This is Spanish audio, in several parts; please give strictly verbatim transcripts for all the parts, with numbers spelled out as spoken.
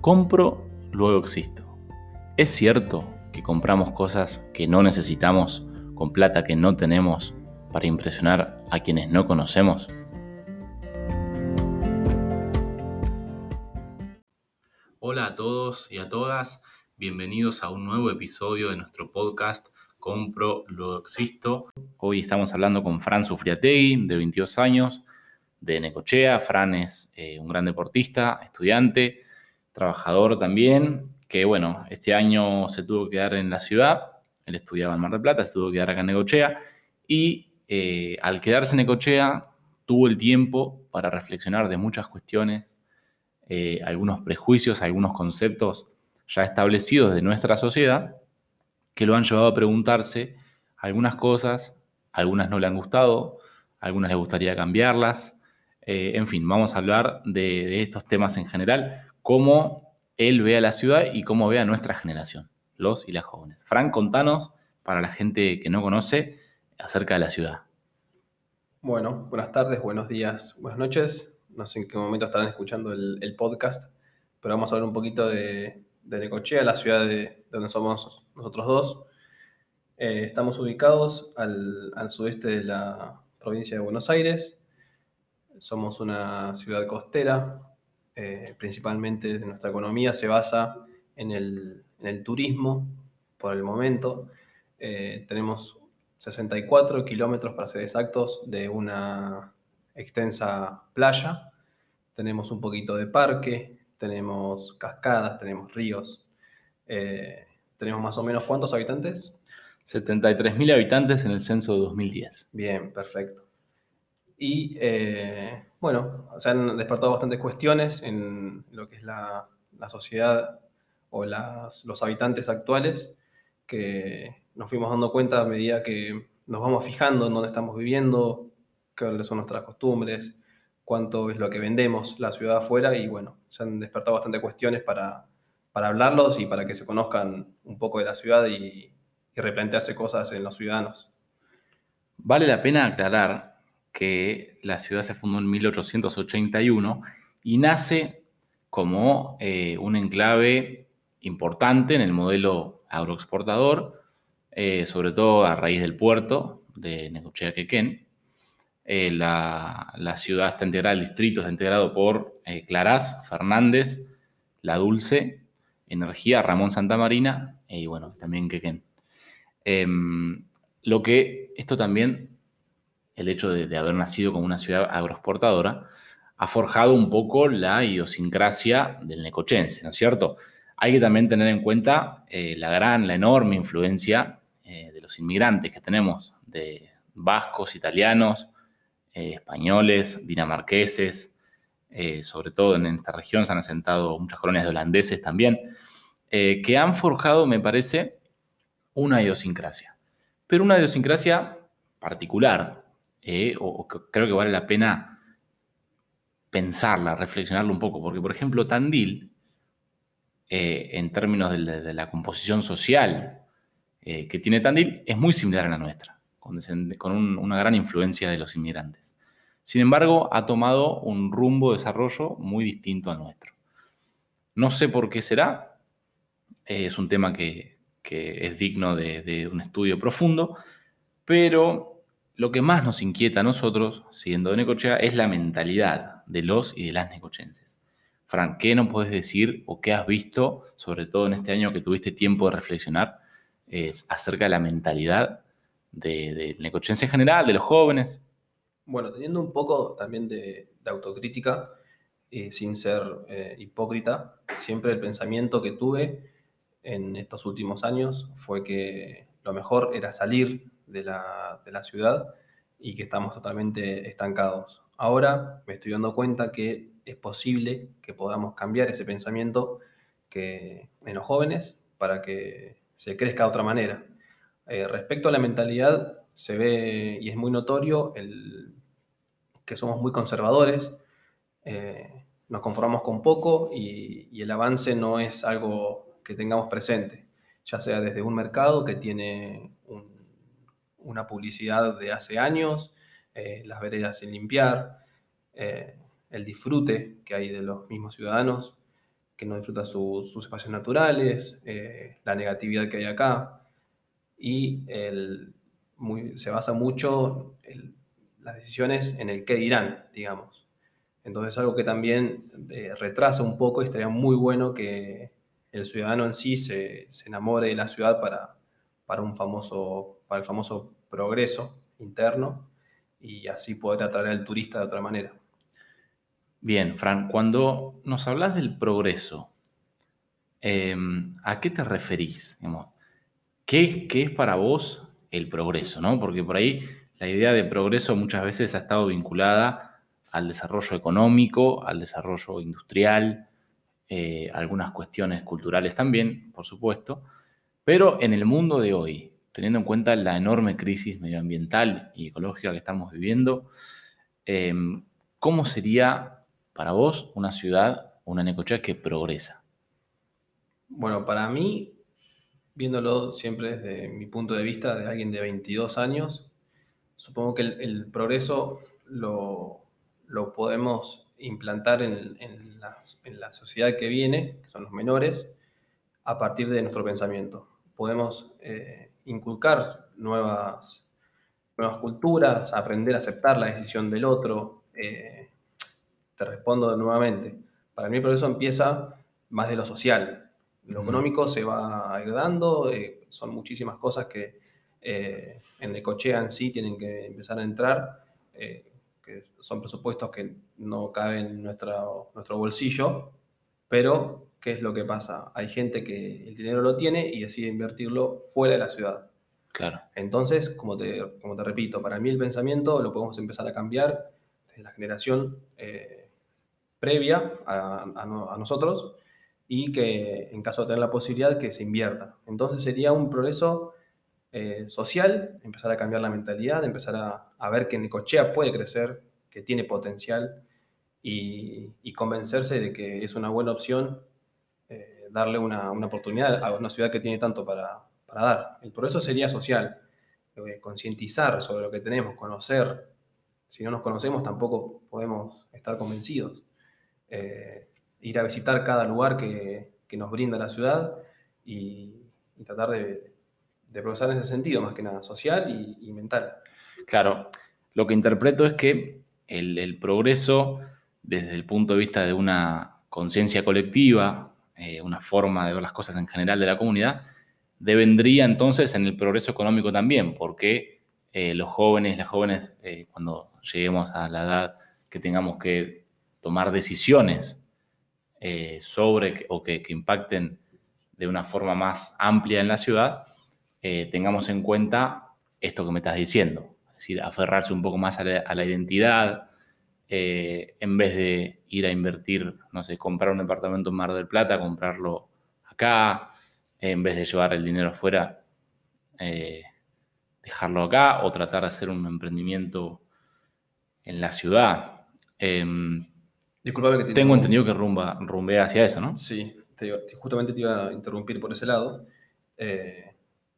Compro, luego existo. ¿Es cierto que compramos cosas que no necesitamos con plata que no tenemos para impresionar a quienes no conocemos? Hola a todos y a todas, bienvenidos a un nuevo episodio de nuestro podcast Compro, luego existo. Hoy estamos hablando con Fran Zufriategui, de veintidós años, de Necochea. Fran es eh, un gran deportista, estudiante, trabajador también, que bueno, este año se tuvo que quedar en la ciudad. Él estudiaba en Mar del Plata, se tuvo que quedar acá en Necochea y eh, al quedarse en Necochea tuvo el tiempo para reflexionar de muchas cuestiones, eh, algunos prejuicios, algunos conceptos ya establecidos de nuestra sociedad que lo han llevado a preguntarse algunas cosas, algunas no le han gustado, algunas le gustaría cambiarlas. Eh, en fin, vamos a hablar de, de estos temas en general, cómo él ve a la ciudad y cómo ve a nuestra generación, los y las jóvenes. Fran, contanos, para la gente que no conoce, acerca de la ciudad. Bueno, buenas tardes, buenos días, buenas noches. No sé en qué momento estarán escuchando el, el podcast, pero vamos a hablar un poquito de, de Necochea, la ciudad de, de donde somos nosotros dos. Eh, estamos ubicados al, al sudeste de la provincia de Buenos Aires. Somos una ciudad costera. Eh, principalmente nuestra economía se basa en el, en el turismo por el momento. Eh, tenemos sesenta y cuatro kilómetros, para ser exactos, de una extensa playa. Tenemos un poquito de parque, tenemos cascadas, tenemos ríos. Eh, tenemos más o menos, ¿cuántos habitantes? setenta y tres mil habitantes en el censo de dos mil diez. Bien, perfecto. Y eh, bueno, se han despertado bastantes cuestiones en lo que es la, la sociedad o las, los habitantes actuales, que nos fuimos dando cuenta a medida que nos vamos fijando en dónde estamos viviendo, cuáles son nuestras costumbres, cuánto es lo que vendemos la ciudad afuera, y bueno, se han despertado bastantes cuestiones para, para hablarlos y para que se conozcan un poco de la ciudad y, y replantearse cosas en los ciudadanos. Vale la pena aclarar que la ciudad se fundó en mil ochocientos ochenta y uno y nace como eh, un enclave importante en el modelo agroexportador, eh, sobre todo a raíz del puerto de Necochea Quequén. Eh, la, la ciudad está integrada, el distrito está integrado por eh, Clarás, Fernández, La Dulce, Energía, Ramón Santamarina y bueno, también Quequén. Eh, lo que esto también, el hecho de, de haber nacido como una ciudad agroexportadora, ha forjado un poco la idiosincrasia del necochense, ¿no es cierto? Hay que también tener en cuenta eh, la gran, la enorme influencia eh, de los inmigrantes que tenemos, de vascos, italianos, eh, españoles, dinamarqueses, eh, sobre todo en esta región se han asentado muchas colonias de holandeses también, eh, que han forjado, me parece, una idiosincrasia. Pero una idiosincrasia particular, eh, o, o que creo que vale la pena pensarla, reflexionarla un poco, porque por ejemplo Tandil, eh, en términos de la, de la composición social eh, que tiene Tandil, es muy similar a la nuestra, con, con un, una gran influencia de los inmigrantes. Sin embargo, ha tomado un rumbo de desarrollo muy distinto al nuestro. No sé por qué será, eh, es un tema que, que es digno de, de un estudio profundo, pero lo que más nos inquieta a nosotros, siendo de Necochea, es la mentalidad de los y de las necochenses. Fran, ¿qué nos podés decir o qué has visto, sobre todo en este año que tuviste tiempo de reflexionar, eh, acerca de la mentalidad de, del necochense en general, de los jóvenes? Bueno, teniendo un poco también de, de autocrítica, eh, sin ser eh, hipócrita, siempre el pensamiento que tuve en estos últimos años fue que lo mejor era salir de la, de la ciudad y que estamos totalmente estancados. Ahora me estoy dando cuenta que es posible que podamos cambiar ese pensamiento que, en los jóvenes para que se crezca de otra manera. Eh, respecto a la mentalidad, se ve y es muy notorio el, que somos muy conservadores, eh, nos conformamos con poco y, y el avance no es algo que tengamos presente, ya sea desde un mercado que tiene un, una publicidad de hace años, eh, las veredas sin limpiar, eh, el disfrute que hay de los mismos ciudadanos. que no disfruta su- sus espacios naturales, eh, la negatividad que hay acá, y el, muy- se basa mucho el- las decisiones en el qué dirán, digamos. Entonces, algo que también eh, retrasa un poco, y estaría muy bueno que el ciudadano en sí se, se enamore de la ciudad para, para un famoso, para el famoso progreso interno, y así poder atraer al turista de otra manera. Bien, Fran, cuando nos hablas del progreso, eh, ¿a qué te referís? Digamos, ¿qué es, qué es para vos el progreso, ¿no? Porque por ahí la idea de progreso muchas veces ha estado vinculada al desarrollo económico, al desarrollo industrial, eh, algunas cuestiones culturales también, por supuesto, pero en el mundo de hoy, teniendo en cuenta la enorme crisis medioambiental y ecológica que estamos viviendo, eh, ¿cómo sería para vos una ciudad, una Necochea que progresa? Bueno, para mí, viéndolo siempre desde mi punto de vista de alguien de veintidós años, supongo que el, el progreso lo, lo podemos implantar en, en la, en la sociedad que viene, que son los menores, a partir de nuestro pensamiento. Podemos eh, inculcar nuevas, nuevas culturas, aprender a aceptar la decisión del otro. Eh, te respondo nuevamente. Para mí el progreso empieza más de lo social. Lo Ujú. económico se va a ir dando, eh, son muchísimas cosas que eh, en Necochea en sí tienen que empezar a entrar, eh, que son presupuestos que no caben en nuestro, nuestro bolsillo, pero ¿qué es lo que pasa? Hay gente que el dinero lo tiene y decide invertirlo fuera de la ciudad. Claro, Entonces, como te, como te repito, para mí el pensamiento lo podemos empezar a cambiar desde la generación eh, previa a, a no- a nosotros, y que en caso de tener la posibilidad que se invierta. Entonces sería un progreso eh, social, empezar a cambiar la mentalidad, empezar a, a ver que Necochea puede crecer, que tiene potencial, y, y convencerse de que es una buena opción eh, darle una, una oportunidad a una ciudad que tiene tanto para, para dar. El progreso sería social, eh, concientizar sobre lo que tenemos, conocer. Si no nos conocemos tampoco podemos estar convencidos. Eh, ir a visitar cada lugar que, que nos brinda la ciudad, y, y tratar de, de progresar en ese sentido, más que nada, social y, y mental. claro. Lo que interpreto es que el, el progreso, desde el punto de vista de una conciencia colectiva, eh, una forma de ver las cosas en general de la comunidad, devendría entonces en el progreso económico también, porque eh, los jóvenes, las jóvenes, eh, cuando lleguemos a la edad que tengamos que tomar decisiones eh, sobre o que, que impacten de una forma más amplia en la ciudad, eh, tengamos en cuenta esto que me estás diciendo, es decir, aferrarse un poco más a la, a la identidad, eh, en vez de ir a invertir, no sé, comprar un departamento en Mar del Plata, comprarlo acá, eh, en vez de llevar el dinero afuera, eh, dejarlo acá o tratar de hacer un emprendimiento en la ciudad. Eh, Disculpame que te tengo interrumpa. entendido que rumba, rumbea hacia eso, ¿no? Sí, te iba- justamente te iba a interrumpir por ese lado. Eh,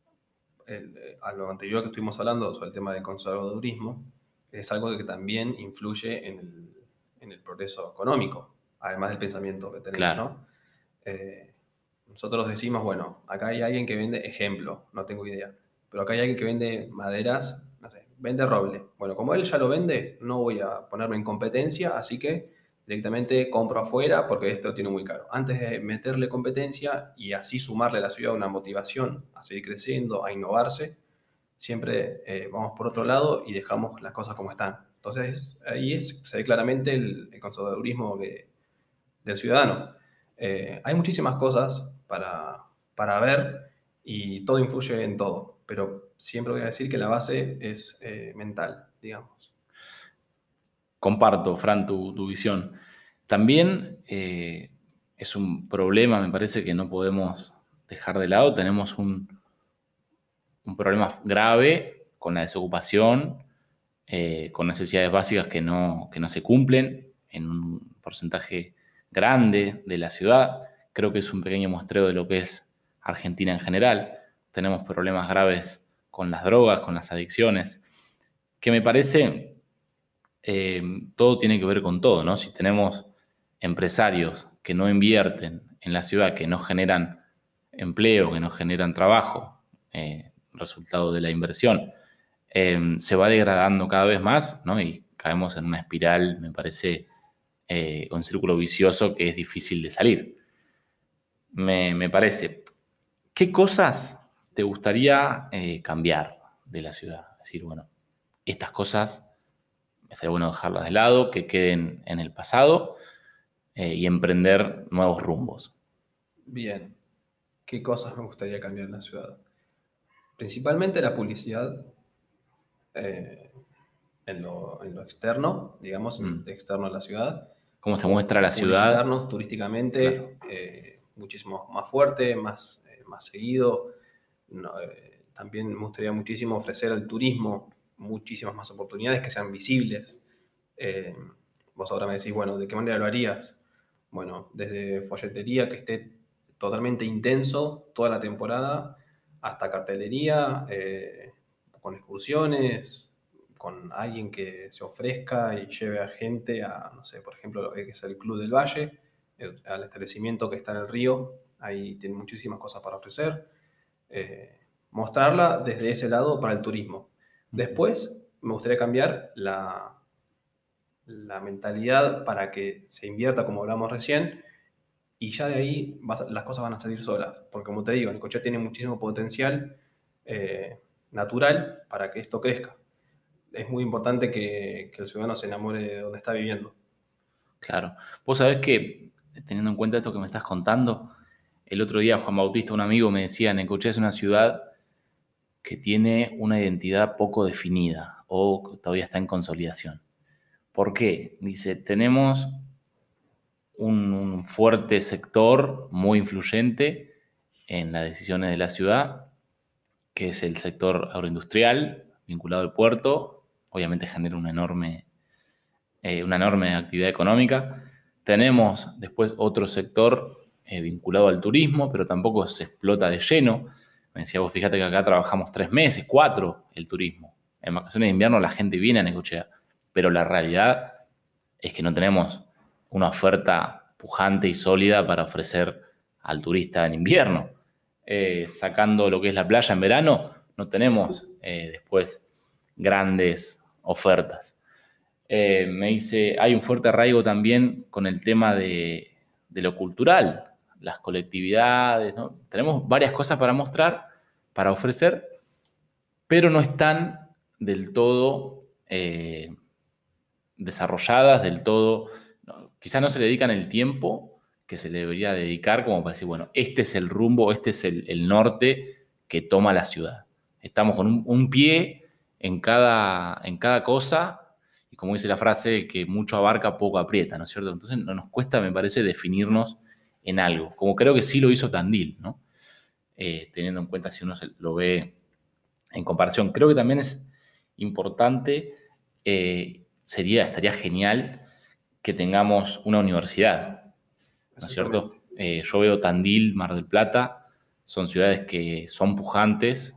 el- eh, a lo anterior que estuvimos hablando sobre el tema del conservadurismo, es algo que también influye en el, en el progreso económico, además del pensamiento que tenemos, Claro. ¿no? Eh, Nosotros decimos, bueno, acá hay alguien que vende, ejemplo, no tengo idea, pero acá hay alguien que vende maderas, no sé, vende roble. Bueno, como él ya lo vende, no voy a ponerme en competencia, así que directamente compro afuera porque esto lo tiene muy caro. Antes de meterle competencia y así sumarle a la ciudad una motivación a seguir creciendo, a innovarse, siempre eh, vamos por otro lado y dejamos las cosas como están. Entonces ahí es, se ve claramente el, el conservadurismo que, del ciudadano. Eh, hay muchísimas cosas para, para ver, y todo influye en todo, pero siempre voy a decir que la base es eh, mental, digamos. Comparto, Fran, tu, tu visión. También eh, es un problema, me parece, que no podemos dejar de lado. Tenemos un, un problema grave con la desocupación, eh, con necesidades básicas que no, que no se cumplen en un porcentaje grande de la ciudad. Creo que es un pequeño muestreo de lo que es Argentina en general. Tenemos problemas graves con las drogas, con las adicciones, que me parece eh, todo tiene que ver con todo, ¿no? Si tenemos empresarios que no invierten en la ciudad que no generan empleo, que no generan trabajo, eh, resultado de la inversión, eh, se va degradando cada vez más, ¿no? Y caemos en una espiral, me parece, eh, un círculo vicioso que es difícil de salir. Me, me parece. ¿Qué cosas te gustaría eh, cambiar de la ciudad? Es decir, bueno, estas cosas estaría bueno dejarlas de lado, que queden en el pasado eh, y emprender nuevos rumbos. Bien, ¿qué cosas me gustaría cambiar en la ciudad? Principalmente la publicidad eh, en lo, en lo externo, digamos, en- Mm. externo a la ciudad. ¿Cómo se muestra la ciudad? Publicitarnos Claro. turísticamente eh, muchísimo más fuerte, más, eh, más seguido. No, eh, también me gustaría muchísimo ofrecer al turismo muchísimas más oportunidades que sean visibles. Eh, Vos ahora me decís, bueno, ¿de qué manera lo harías? Bueno, desde folletería que esté totalmente intenso toda la temporada, hasta cartelería, eh, con excursiones, con alguien que se ofrezca y lleve a gente a, no sé, por ejemplo, lo que es el Club del Valle, el- al establecimiento que está en el río, ahí tiene muchísimas cosas para ofrecer. Eh, Mostrarla desde ese lado para el turismo. Ujú. Después, me gustaría cambiar la, la mentalidad para que se invierta, como hablamos recién, y ya de ahí vas a- las cosas van a salir solas. Porque como te digo, Necochea tiene muchísimo potencial eh, natural para que esto crezca. Es muy importante que, que el ciudadano se enamore de donde está viviendo. Claro. Vos sabés que, teniendo en cuenta esto que me estás contando, el otro día Juan Bautista, un amigo, me decía, Necochea es una ciudad que tiene una identidad poco definida o todavía está en consolidación. ¿Por qué? Dice, tenemos un, un fuerte sector muy influyente en las decisiones de la ciudad, que es el sector agroindustrial vinculado al puerto, obviamente genera una enorme, eh, una enorme actividad económica. Tenemos después otro sector eh, vinculado al turismo, pero tampoco se explota de lleno. Me decía, vos fíjate que acá trabajamos tres meses, cuatro, el turismo. En vacaciones de invierno la gente viene a Necochea, pero la realidad es que no tenemos una oferta pujante y sólida para ofrecer al turista en invierno. Eh, sacando lo que es la playa en verano, no tenemos eh, después grandes ofertas. Eh, me dice, hay un fuerte arraigo también con el tema de, de lo cultural, las colectividades, ¿no? Tenemos varias cosas para mostrar, para ofrecer, pero no están del todo eh, desarrolladas, del todo, no, quizá no se le dedican el tiempo que se le debería dedicar como para decir, bueno, este es el rumbo, este es el, el norte que toma la ciudad. Estamos con un, un pie en cada, en cada cosa y como dice la frase, el que mucho abarca, poco aprieta, ¿no es cierto? Entonces no nos cuesta, me parece, definirnos en algo, como creo que sí lo hizo Tandil, ¿no? Eh, teniendo en cuenta si uno se lo ve en comparación. Creo que también es importante, eh, sería, estaría genial que tengamos una universidad, ¿no es Exactamente. cierto? Eh, Sí. yo veo Tandil, Mar del Plata, son ciudades que son pujantes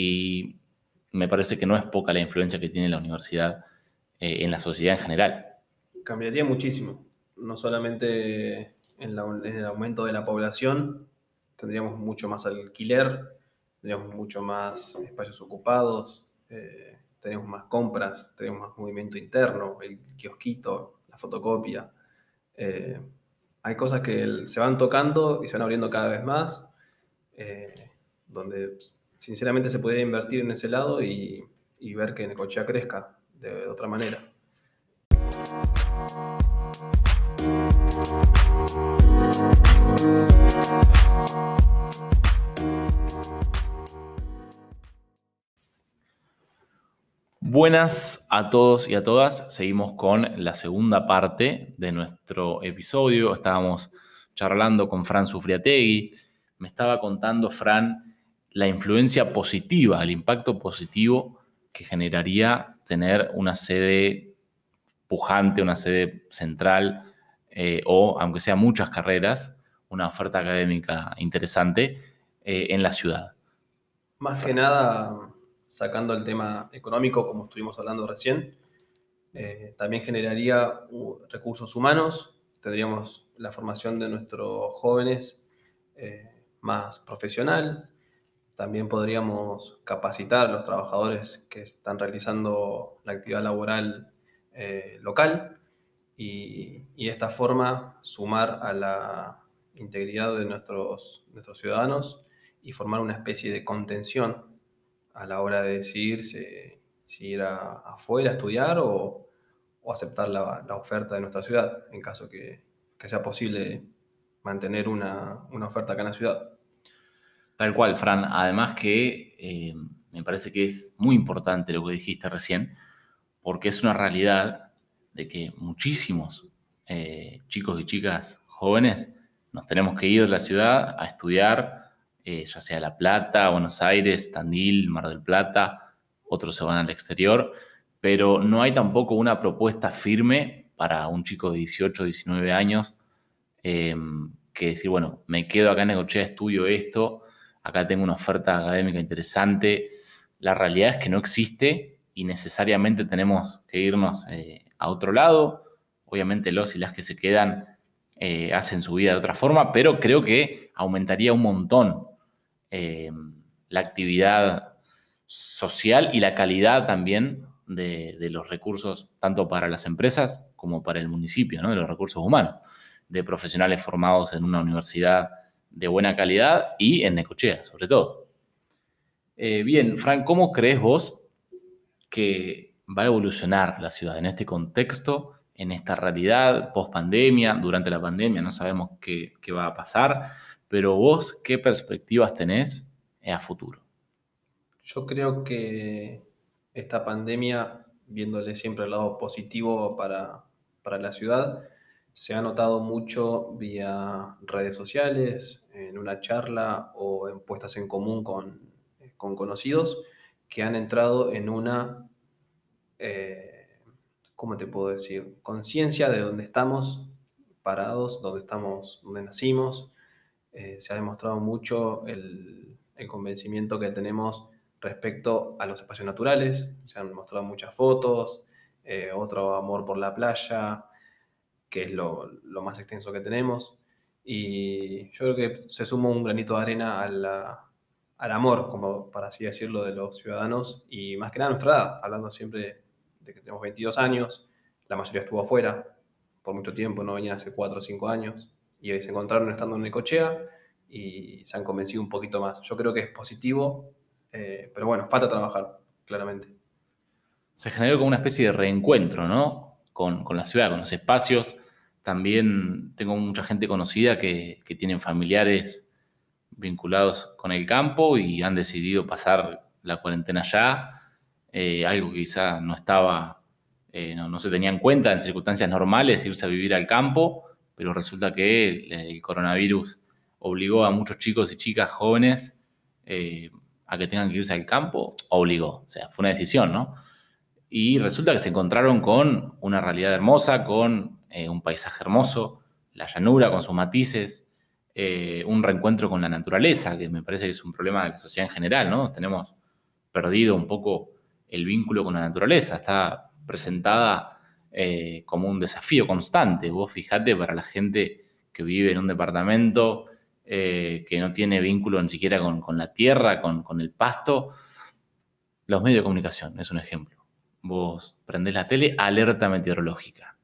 y me parece que no es poca la influencia que tiene la universidad eh, en la sociedad en general. Cambiaría muchísimo. No solamente en, la- en el aumento de la población, tendríamos mucho más alquiler, tendríamos mucho más espacios ocupados, eh, tenemos más compras, tenemos más movimiento interno, el kiosquito, la fotocopia. Eh, Hay cosas que el- se van tocando y se van abriendo cada vez más, eh, donde sinceramente se podría invertir en ese lado y, y ver que Necochea crezca de otra manera. Buenas a todos y a todas. Seguimos con la segunda parte de nuestro episodio. Estábamos charlando con Fran Sufriategui. Me estaba contando, Fran, la influencia positiva, el impacto positivo que generaría tener una sede pujante, una sede central, eh, o, aunque sea muchas carreras, una oferta académica interesante eh, en la ciudad. Más que Fran. nada, sacando el tema económico, como estuvimos hablando recién, eh, también generaría uh, recursos humanos, tendríamos la formación de nuestros jóvenes eh, más profesional. También podríamos capacitar a los trabajadores que están realizando la actividad laboral eh, local y, y de esta forma sumar a la integridad de nuestros, nuestros ciudadanos y formar una especie de contención a la hora de decidir si, si ir a, afuera a estudiar o, o aceptar la, la oferta de nuestra ciudad, en caso que, que sea posible mantener una, una oferta acá en la ciudad. Tal cual, Fran. Además que eh, me parece que es muy importante lo que dijiste recién, porque es una realidad de que muchísimos eh, chicos y chicas jóvenes nos tenemos que ir de la ciudad a estudiar, eh, ya sea La Plata, Buenos Aires, Tandil, Mar del Plata, otros se van al exterior, pero no hay tampoco una propuesta firme para un chico de dieciocho, diecinueve años eh, que decir, bueno, me quedo acá en Necochea, estudio esto, acá tengo una oferta académica interesante. La realidad es que no existe y necesariamente tenemos que irnos eh, a otro lado. Obviamente los y las que se quedan eh, hacen su vida de otra forma, pero creo que aumentaría un montón eh, la actividad social y la calidad también de, de los recursos, tanto para las empresas como para el municipio, ¿no? De los recursos humanos, de profesionales formados en una universidad de buena calidad y en Necochea, sobre todo. Eh, bien, Frank, ¿cómo crees vos que va a evolucionar la ciudad en este contexto, en esta realidad post pandemia, durante la pandemia? No sabemos qué, qué va a pasar, pero vos, ¿qué perspectivas tenés a futuro? Yo creo que esta pandemia, viéndole siempre el lado positivo para, para la ciudad, se ha notado mucho vía redes sociales, en una charla o en puestas en común con, con conocidos que han entrado en una, eh, ¿cómo te puedo decir? Conciencia de dónde estamos parados, dónde estamos, dónde nacimos. Eh, se ha demostrado mucho el, el convencimiento que tenemos respecto a los espacios naturales. Se han mostrado muchas fotos, eh, otro amor por la playa, que es lo, lo más extenso que tenemos. Y yo creo que se suma un granito de arena a la- al amor, como para así decirlo, de los ciudadanos y más que nada a nuestra edad, hablando siempre de que tenemos veintidós años, la mayoría estuvo afuera por mucho tiempo, no venían hace cuatro o cinco años y hoy se encontraron estando en Necochea y se han convencido un poquito más. Yo creo que es positivo, eh, pero bueno, falta trabajar, claramente. Se generó como una especie de reencuentro, ¿no? Con, con la ciudad, con los espacios. También tengo mucha gente conocida que, que tienen familiares vinculados con el campo y han decidido pasar la cuarentena allá, eh, algo que quizá no estaba, eh, no, no se tenía en cuenta en circunstancias normales, irse a vivir al campo, pero resulta que el, el coronavirus obligó a muchos chicos y chicas jóvenes eh, a que tengan que irse al campo, obligó, o sea, fue una decisión, ¿no? Y resulta que se encontraron con una realidad hermosa, con eh, un paisaje hermoso, la llanura con sus matices, eh, un reencuentro con la naturaleza, que me parece que es un problema de la sociedad en general, ¿no? Tenemos perdido un poco el vínculo con la naturaleza, está presentada eh, como un desafío constante. Vos fijate para la gente que vive en un departamento eh, que no tiene vínculo ni siquiera con, con la tierra, con, con el pasto, los medios de comunicación es un ejemplo. Vos prendés la tele, alerta meteorológica,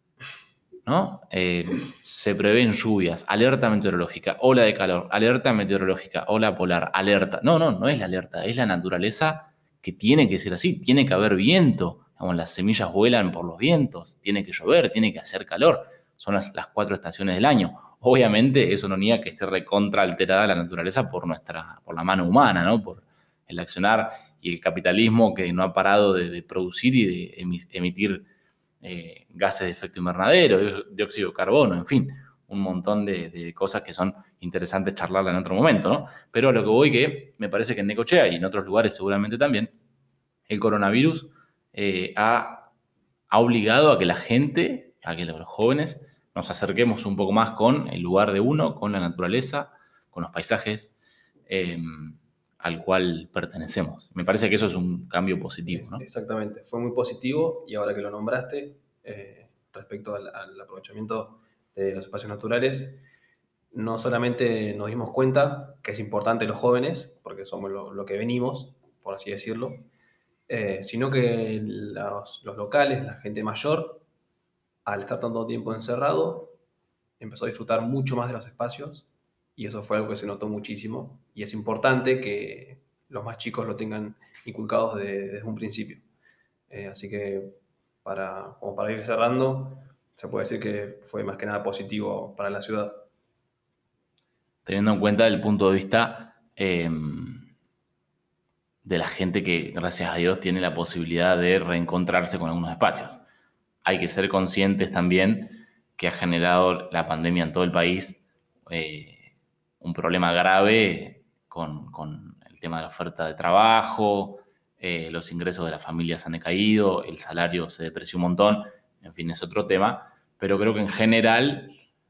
¿no? Eh, se prevén lluvias, alerta meteorológica, ola de calor, alerta meteorológica, ola polar, alerta. No, no, no es la alerta, es la naturaleza que tiene que ser así, tiene que haber viento, digamos, las semillas vuelan por los vientos, tiene que llover, tiene que hacer calor, son las, las cuatro estaciones del año. Obviamente eso no niega que esté recontra alterada la naturaleza por, nuestra, por la mano humana, ¿no? Por el accionar y el capitalismo que no ha parado de, de producir y de emitir eh, gases de efecto invernadero, dióxido de carbono, en fin, un montón de, de, cosas que son interesantes charlarla en otro momento, ¿no? Pero a lo que voy que me parece que en Necochea y en otros lugares seguramente también, el coronavirus eh, ha, ha obligado a que la gente, a que los jóvenes nos acerquemos un poco más con el lugar de uno, con la naturaleza, con los paisajes eh, al cual pertenecemos. Me parece que eso es un cambio positivo, ¿no? Exactamente, fue muy positivo y ahora que lo nombraste, eh, respecto al, al aprovechamiento de los espacios naturales, no solamente nos dimos cuenta que es importante los jóvenes, porque somos lo, lo que venimos, por así decirlo, eh, sino que los, los locales, la gente mayor, al estar tanto tiempo encerrado, empezó a disfrutar mucho más de los espacios y eso fue algo que se notó muchísimo y es importante que los más chicos lo tengan inculcados de- desde un principio. Eh, así que para, como para ir cerrando, se puede decir que fue más que nada positivo para la ciudad. Teniendo en cuenta el punto de vista eh, de la gente que, gracias a Dios, tiene la posibilidad de reencontrarse con algunos espacios. Hay que ser conscientes también que ha generado la pandemia en todo el país eh, un problema grave con, con el tema de la oferta de trabajo, eh, los ingresos de las familias han decaído, el salario se depreció un montón, en fin, es otro tema, pero creo que en general,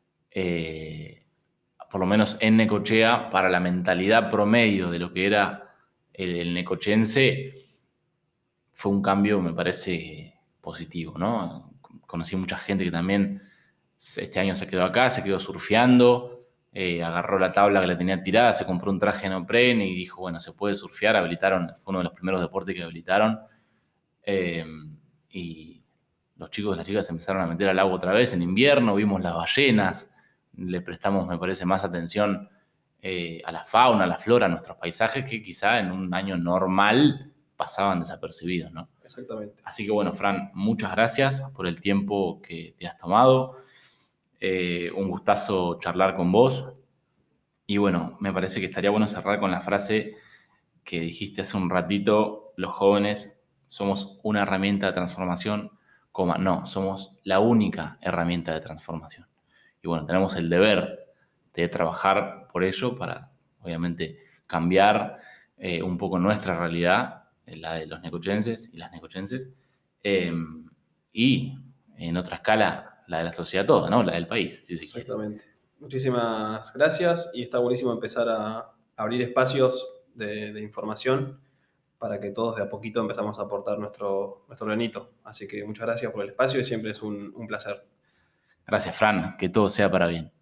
eh, por lo menos en Necochea, para la mentalidad promedio de lo que era el, el necochense, fue un cambio, me parece, positivo, ¿no? Conocí mucha gente que también este año se quedó acá, se quedó surfeando, eh, agarró la tabla que la tenía tirada, se compró un traje neoprene y dijo, bueno, se puede surfear, habilitaron, fue uno de los primeros deportes que habilitaron. Eh, y los chicos y las chicas se empezaron a meter al agua otra vez en invierno, vimos las ballenas, le prestamos, me parece, más atención eh, a la fauna, a la flora, a nuestros paisajes que quizá en un año normal pasaban desapercibidos, ¿no? Exactamente. Así que bueno, Fran, muchas gracias por el tiempo que te has tomado. Eh, un gustazo charlar con vos. Y bueno, me parece que estaría bueno cerrar con la frase que dijiste hace un ratito, los jóvenes somos una herramienta de transformación, coma, no, somos la única herramienta de transformación. Y bueno, tenemos el deber de trabajar por ello para, obviamente, cambiar eh, un poco nuestra realidad, eh, la de los necochenses y las necochenses, eh, y en otra escala, la de la sociedad toda, ¿no? La del país, si se quiere. Exactamente. Muchísimas gracias y está buenísimo empezar a abrir espacios de, de información para que todos de a poquito empezamos a aportar nuestro, nuestro granito. Así que muchas gracias por el espacio y siempre es un, un placer. Gracias, Fran, que todo sea para bien.